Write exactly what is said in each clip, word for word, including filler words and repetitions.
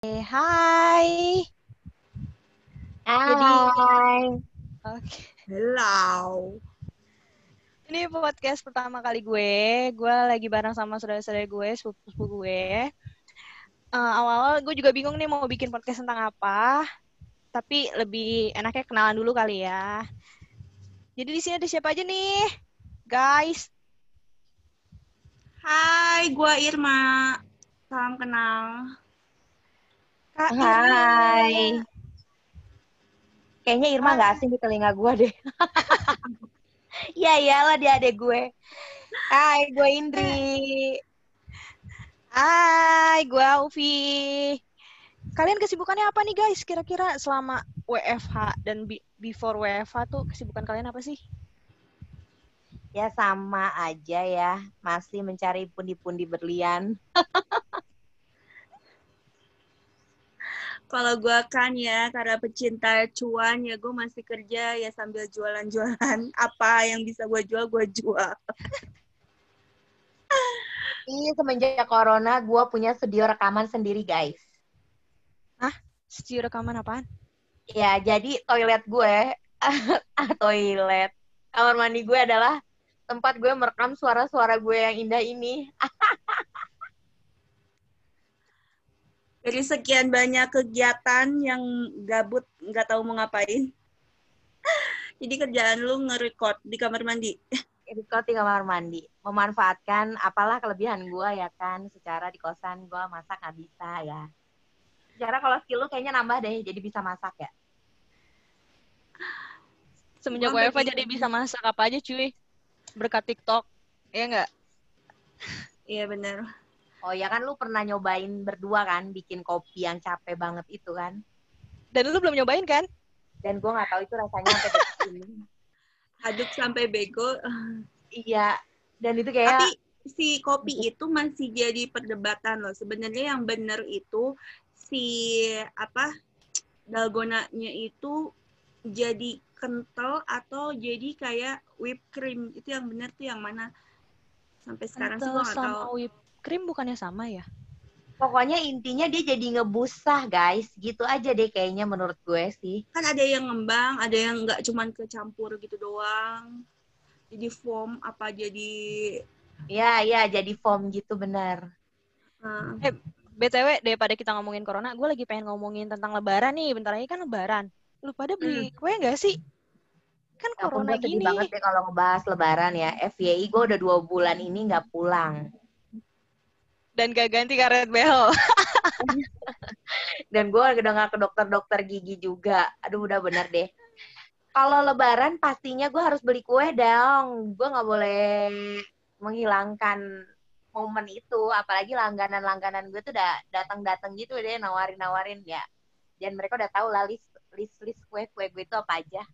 Eh, hai. Jadi, Hai. oke. Hello. Ini podcast pertama kali gue. Gue lagi bareng sama saudara-saudara gue, sepupu-sepupu gue. Eh, awal-awal gue juga bingung nih mau bikin podcast tentang apa. Tapi lebih enaknya kenalan dulu kali ya. Jadi di sini ada siapa aja nih, guys? Hai, gua Irma. Salam kenal. Kak Irma. Hai. Kayaknya Irma Hai. nggak asing di telinga gue deh. Iya iyalah dia adek gue. Hai, gue Indri. Hai, gue Ufi. Kalian kesibukannya apa nih guys? Kira-kira selama W F H dan be- before W F H tuh kesibukan kalian apa sih? Ya sama aja ya, masih mencari pundi-pundi berlian. Kalau gua kan ya, karena pecinta cuan ya, gua masih kerja ya sambil jualan-jualan. Apa yang bisa gua jual, gua jual. Ih, semenjak corona gue punya studio rekaman sendiri guys. Hah? Studio rekaman apaan? Ya, jadi toilet gue, toilet, kamar mandi gue adalah tempat gue merekam suara-suara gue yang indah ini. Dari sekian banyak kegiatan yang gabut, nggak tahu mau ngapain. Jadi kerjaan lu nge-record di kamar mandi. Record di kamar mandi, memanfaatkan apalah kelebihan gue ya kan, secara di kosan gue masak nggak bisa ya. Secara kalau skill lu kayaknya nambah deh, jadi bisa masak ya. Semenjak Gua W F H bikin- jadi bisa masak apa aja cuy. Berkat TikTok. Iya nggak? Iya benar. Oh ya kan lu pernah nyobain berdua kan, bikin kopi yang capek banget itu kan. Dan lu belum nyobain kan? Dan gue nggak tahu itu rasanya sampai detik ini. Aduk sampai bego. Iya, dan itu kayak Tapi si kopi itu masih jadi perdebatan loh. Sebenarnya yang benar itu si apa dalgonanya itu jadi kental atau jadi kayak whipped cream. Itu yang benar tuh yang mana? Sampai sekarang sih Kental gue nggak sama tahu. whipped cream bukannya sama ya? pokoknya intinya dia jadi ngebusah guys, gitu aja deh kayaknya menurut gue sih. Kan ada yang ngembang, ada yang nggak cuman kecampur gitu doang. Jadi foam apa jadi Iya, iya jadi foam gitu benar. uh, Eh, B T W daripada kita ngomongin corona, gue lagi pengen ngomongin tentang lebaran nih. Bentar lagi kan lebaran. Lu pada beli hmm. kue nggak sih? Kan Ya ampun, corona gue sedih banget gini. deh kalau ngebahas lebaran ya. F Y I gue udah dua bulan ini nggak pulang. Dan gak ganti karet behel. Dan gue udah gak ke dokter-dokter gigi juga. Aduh, udah bener deh. Kalau lebaran pastinya gue harus beli kue dong. Gue gak boleh menghilangkan momen itu. Apalagi langganan-langganan gue tuh udah datang-datang gitu deh, nawarin-nawarin ya. Dan mereka udah tahu lah list list list kue-kue gue itu apa aja.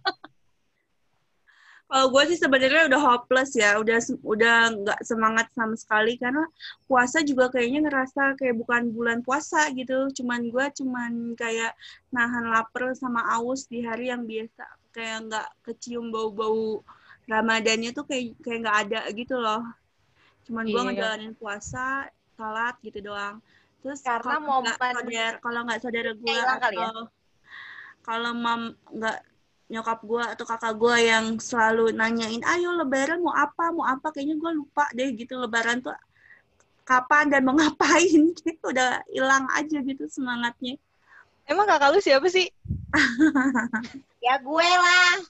Kalau gue sih sebenarnya udah hopeless ya, udah udah nggak semangat sama sekali karena puasa juga kayaknya ngerasa kayak bukan bulan puasa gitu. Cuman gue cuman kayak nahan lapar sama aus di hari yang biasa, kayak nggak kecium bau-bau Ramadannya tuh kayak kayak nggak ada gitu loh. Cuman gue Iya. ngejalanin puasa, salat gitu doang. Terus Karena kalau nggak momen saudara kalau nggak saudara gue hilang kali ya. atau kalau mam nggak nyokap gue atau kakak gue yang selalu nanyain, ayo lebaran mau apa, mau apa, kayaknya gue lupa deh gitu lebaran tuh kapan dan mau ngapain, gitu udah hilang aja gitu semangatnya. Emang kakak lu siapa sih? Ya gue lah.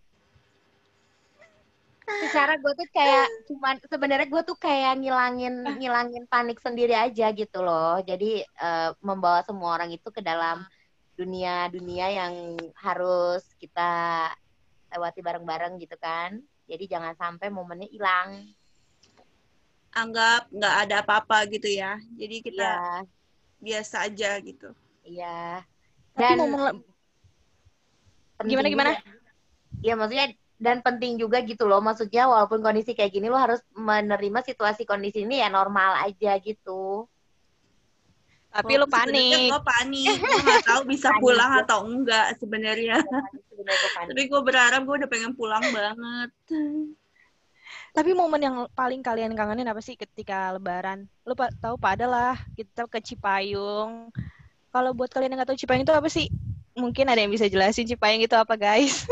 Secara gue tuh kayak cuman sebenarnya gue tuh kayak ngilangin ngilangin panik sendiri aja gitu loh. Jadi uh, membawa semua orang itu ke dalam dunia-dunia yang harus kita lewati bareng-bareng gitu kan. Jadi jangan sampai momennya hilang. Anggap nggak ada apa-apa gitu ya. Jadi kita Iya, biasa aja gitu. iya. Tapi Dan momen le- gimana penting gimana? juga. Iya, maksudnya dan penting juga gitu loh. Maksudnya walaupun kondisi kayak gini lo harus menerima situasi kondisi ini ya normal aja gitu. Tapi lu Walaupun sebenarnya panik. gue panik, gue nggak tahu bisa Panik pulang gue, atau enggak sebenarnya. panik sebenarnya gue panik. Tapi gue berharap gue udah pengen pulang banget. Tapi momen yang paling kalian kangenin apa sih ketika lebaran? Lu pa- tahu pada lah kita ke Cipayung Kalau buat kalian yang nggak tahu Cipayung itu apa sih? Mungkin ada yang bisa jelasin Cipayung itu apa, guys?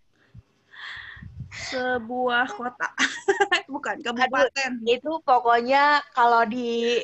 Sebuah kota. Bukan, Aduh, kabupaten. itu pokoknya kalau di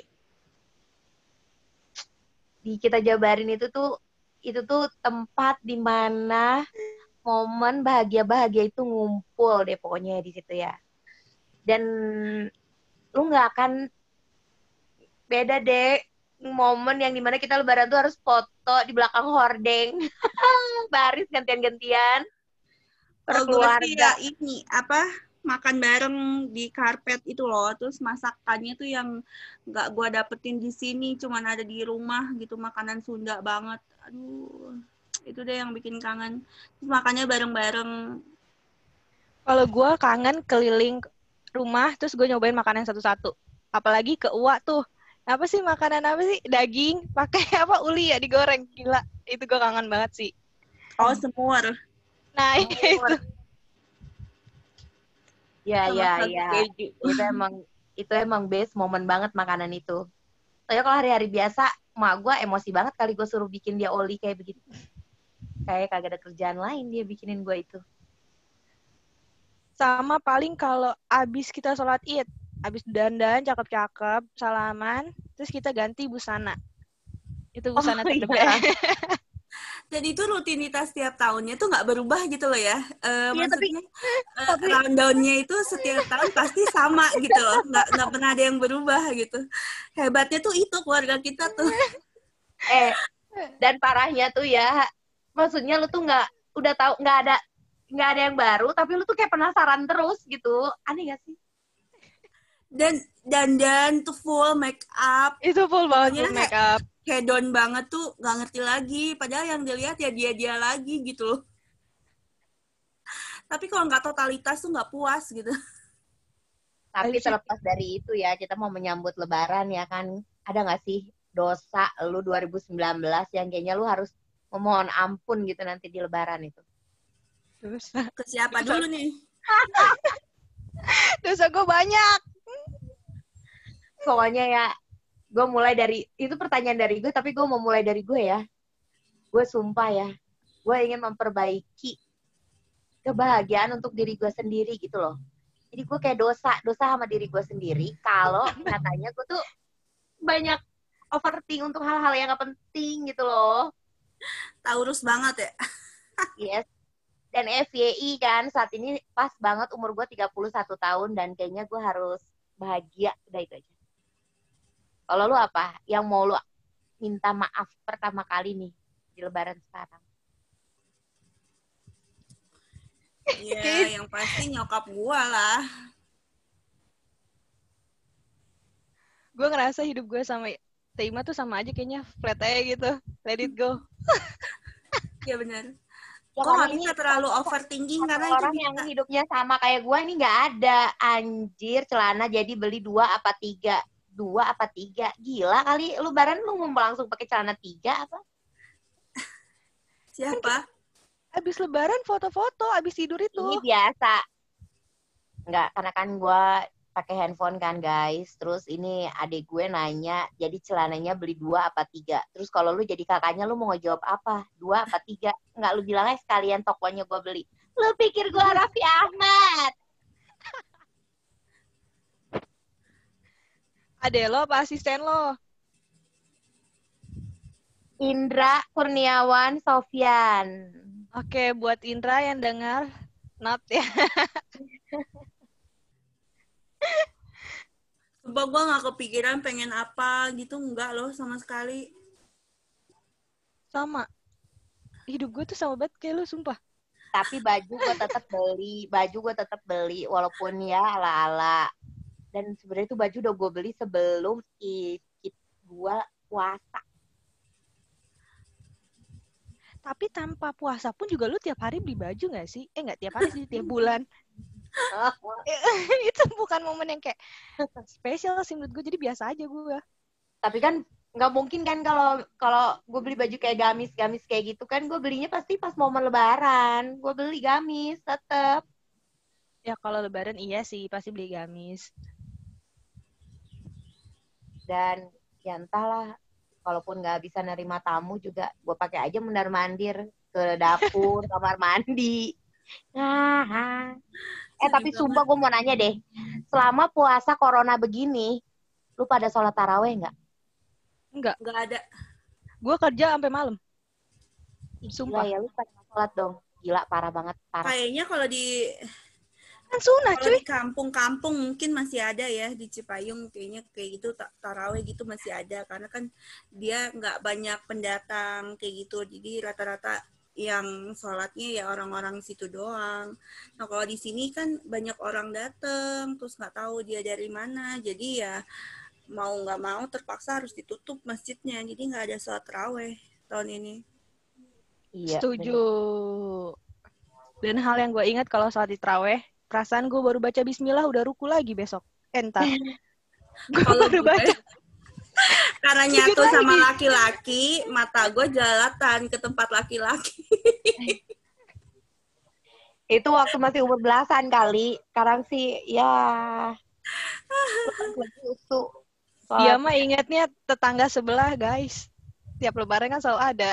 di kita jabarin itu tuh itu tuh tempat di mana momen bahagia-bahagia itu ngumpul deh pokoknya di situ ya. Dan lu nggak akan beda deh momen yang dimana kita lebaran tuh harus foto di belakang hordeng. Baris gantian-gantian Kalau gue sih ya berkeluarga. ini, apa, makan bareng di karpet itu loh. Terus masakannya tuh yang nggak gue dapetin di sini, cuman ada di rumah gitu, makanan Sunda banget. Aduh, itu deh yang bikin kangen. Terus makannya bareng-bareng. Kalau gue kangen keliling rumah, terus gue nyobain makanan satu-satu. Apalagi ke Uwa tuh. Apa sih makanan apa sih? Daging, pakai apa? Uli ya, digoreng. Gila, itu gue kangen banget sih. Oh, semur. Nah, itu. Ya, Sama ya, sagu ya. keju. Itu emang itu emang best momen banget makanan itu. Soalnya kalau hari-hari biasa, emak gue emosi banget kali gue suruh bikin dia oli kayak begitu. Kayak kagak ada kerjaan lain dia bikinin gue itu. Sama paling kalau abis kita sholat id, abis dandan, cakep-cakep, salaman, terus kita ganti busana. Itu busana Oh, terdepan. iya. Jadi itu rutinitas tiap tahunnya tuh nggak berubah gitu loh ya. E, Iya, tapi maksudnya e, tapi rundown-nya itu setiap tahun pasti sama gitu loh. Nggak, nggak pernah ada yang berubah gitu. Hebatnya tuh itu keluarga kita tuh. eh dan parahnya tuh ya, maksudnya lu tuh nggak udah tahu nggak ada nggak ada yang baru, tapi lu tuh kayak penasaran terus gitu. Aneh gak sih? Dan dandan tuh full make up. Itu full banget Pokoknya full make up. hedon banget tuh nggak ngerti lagi. Padahal yang dilihat ya dia-dia lagi gitu loh. Tapi kalau nggak totalitas tuh nggak puas gitu. Tapi terlepas dari itu ya, kita mau menyambut Lebaran ya kan, ada nggak sih dosa lu dua ribu sembilan belas yang kayaknya lu harus memohon ampun gitu nanti di Lebaran itu? Dosa. Ke siapa Dosa. dulu nih? Dosa gue banyak. Pokoknya ya, gue mulai dari, itu pertanyaan dari gue, tapi gue mau mulai dari gue ya. Gue sumpah ya, gue ingin memperbaiki kebahagiaan untuk diri gue sendiri gitu loh. Jadi gue kayak dosa, dosa sama diri gue sendiri kalau nyatanya gue tuh banyak overthink untuk hal-hal yang gak penting gitu loh. Taurus banget ya. Yes. Dan F Y I kan saat ini pas banget umur gue tiga puluh satu tahun dan kayaknya gue harus bahagia. Udah itu aja. Kalau lu apa? Yang mau lu minta maaf pertama kali nih di Lebaran sekarang? Iya, yang pasti nyokap gua lah. Gue ngerasa hidup gue sama Teima tuh sama aja kayaknya, flat aja gitu. Let it go. Iya benar. Ya, Gue nggak bisa terlalu overthinking karena itu orang bisa. yang hidupnya sama kayak gue ini nggak ada. Anjir, celana jadi beli dua apa tiga? Dua apa tiga? Gila kali. Lebaran lu mau langsung pakai celana tiga apa? Siapa? Abis lebaran foto-foto, abis tidur itu. Ini biasa. Enggak, karena kan gue pakai handphone kan guys. Terus ini adik gue nanya, jadi celananya beli dua apa tiga? Terus kalau lu jadi kakaknya lu mau ngejawab apa? Dua apa tiga? Enggak, lu bilang aja sekalian tokonya gue beli. Lu pikir gue Raffi Ahmad? Ade lo apa asisten lo? Indra Kurniawan Sofyan. Oke, buat Indra yang dengar, not ya. Coba gue nggak kepikiran pengen apa gitu, enggak loh sama sekali. Sama. Hidup gue tuh sama banget kayak lu, sumpah. Tapi baju gue tetap beli, baju gue tetap beli walaupun ya ala-ala. Dan sebenarnya itu baju udah gue beli sebelum ikut gue puasa. Tapi tanpa puasa pun juga lu tiap hari beli baju gak sih? Eh gak tiap hari sih, tiap bulan. Itu bukan momen yang kayak spesial sih menurut gue, jadi biasa aja gue. Tapi kan nggak mungkin kan kalau kalau gue beli baju kayak gamis-gamis kayak gitu kan gue belinya pasti pas momen lebaran. Gue beli gamis tetep. Ya kalau lebaran iya sih, pasti beli gamis. Dan ya entahlah, kalaupun nggak bisa nerima tamu juga gue pakai aja mondar-mandir ke dapur, kamar mandi. Nah, eh tapi sumpah gue mau nanya deh, selama puasa corona begini, lu pada sholat taraweh nggak? Enggak. Nggak ada. Gue kerja sampai malam. Sumpah. Gila ya, lu pada sholat dong. Gila, parah banget. Parah. Kayaknya kalau di kan sunah kalau cuy. di kampung-kampung mungkin masih ada ya, di Cipayung kayaknya kayak gitu taraweh gitu masih ada karena kan dia nggak banyak pendatang kayak gitu, jadi rata-rata yang sholatnya ya orang-orang situ doang. Nah kalau di sini kan banyak orang datang terus nggak tahu dia dari mana, jadi ya mau nggak mau terpaksa harus ditutup masjidnya, jadi nggak ada sholat taraweh tahun ini. Iya, setuju. Bener. Dan hal yang gue ingat kalau sholat taraweh, perasaan gue baru baca bismillah udah ruku lagi besok. Entar. Gue baru baca. Karena nyatu sama laki-laki, mata gue jalatan ke tempat laki-laki. Itu waktu masih umur belasan kali. Sekarang sih, ya... Dia mah ingatnya tetangga sebelah, guys. Tiap lebaran kan selalu ada.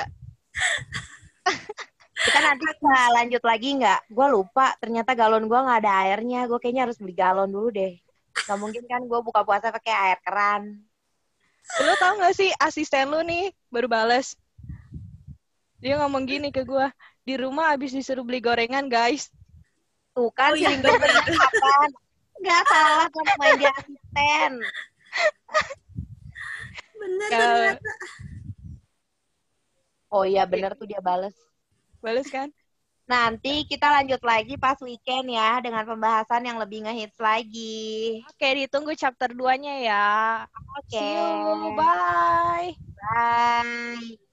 Kita nanti bisa lanjut lagi nggak? Gue lupa, ternyata galon gue nggak ada airnya. Gue kayaknya harus beli galon dulu deh. Gak mungkin kan gue buka puasa pakai air keran. Lu tau gak sih asisten lu nih baru bales. Dia ngomong gini ke gue, di rumah abis disuruh beli gorengan guys. Tuh kan, oh, iya, kapan? Gak salah kan main di asisten. Bener ternyata. Oh iya bener tuh dia bales. Bales kan? Nanti kita lanjut lagi pas weekend ya dengan pembahasan yang lebih ngehits lagi. Oke, ditunggu chapter dua-nya ya. Oke. See you. Bye. Bye.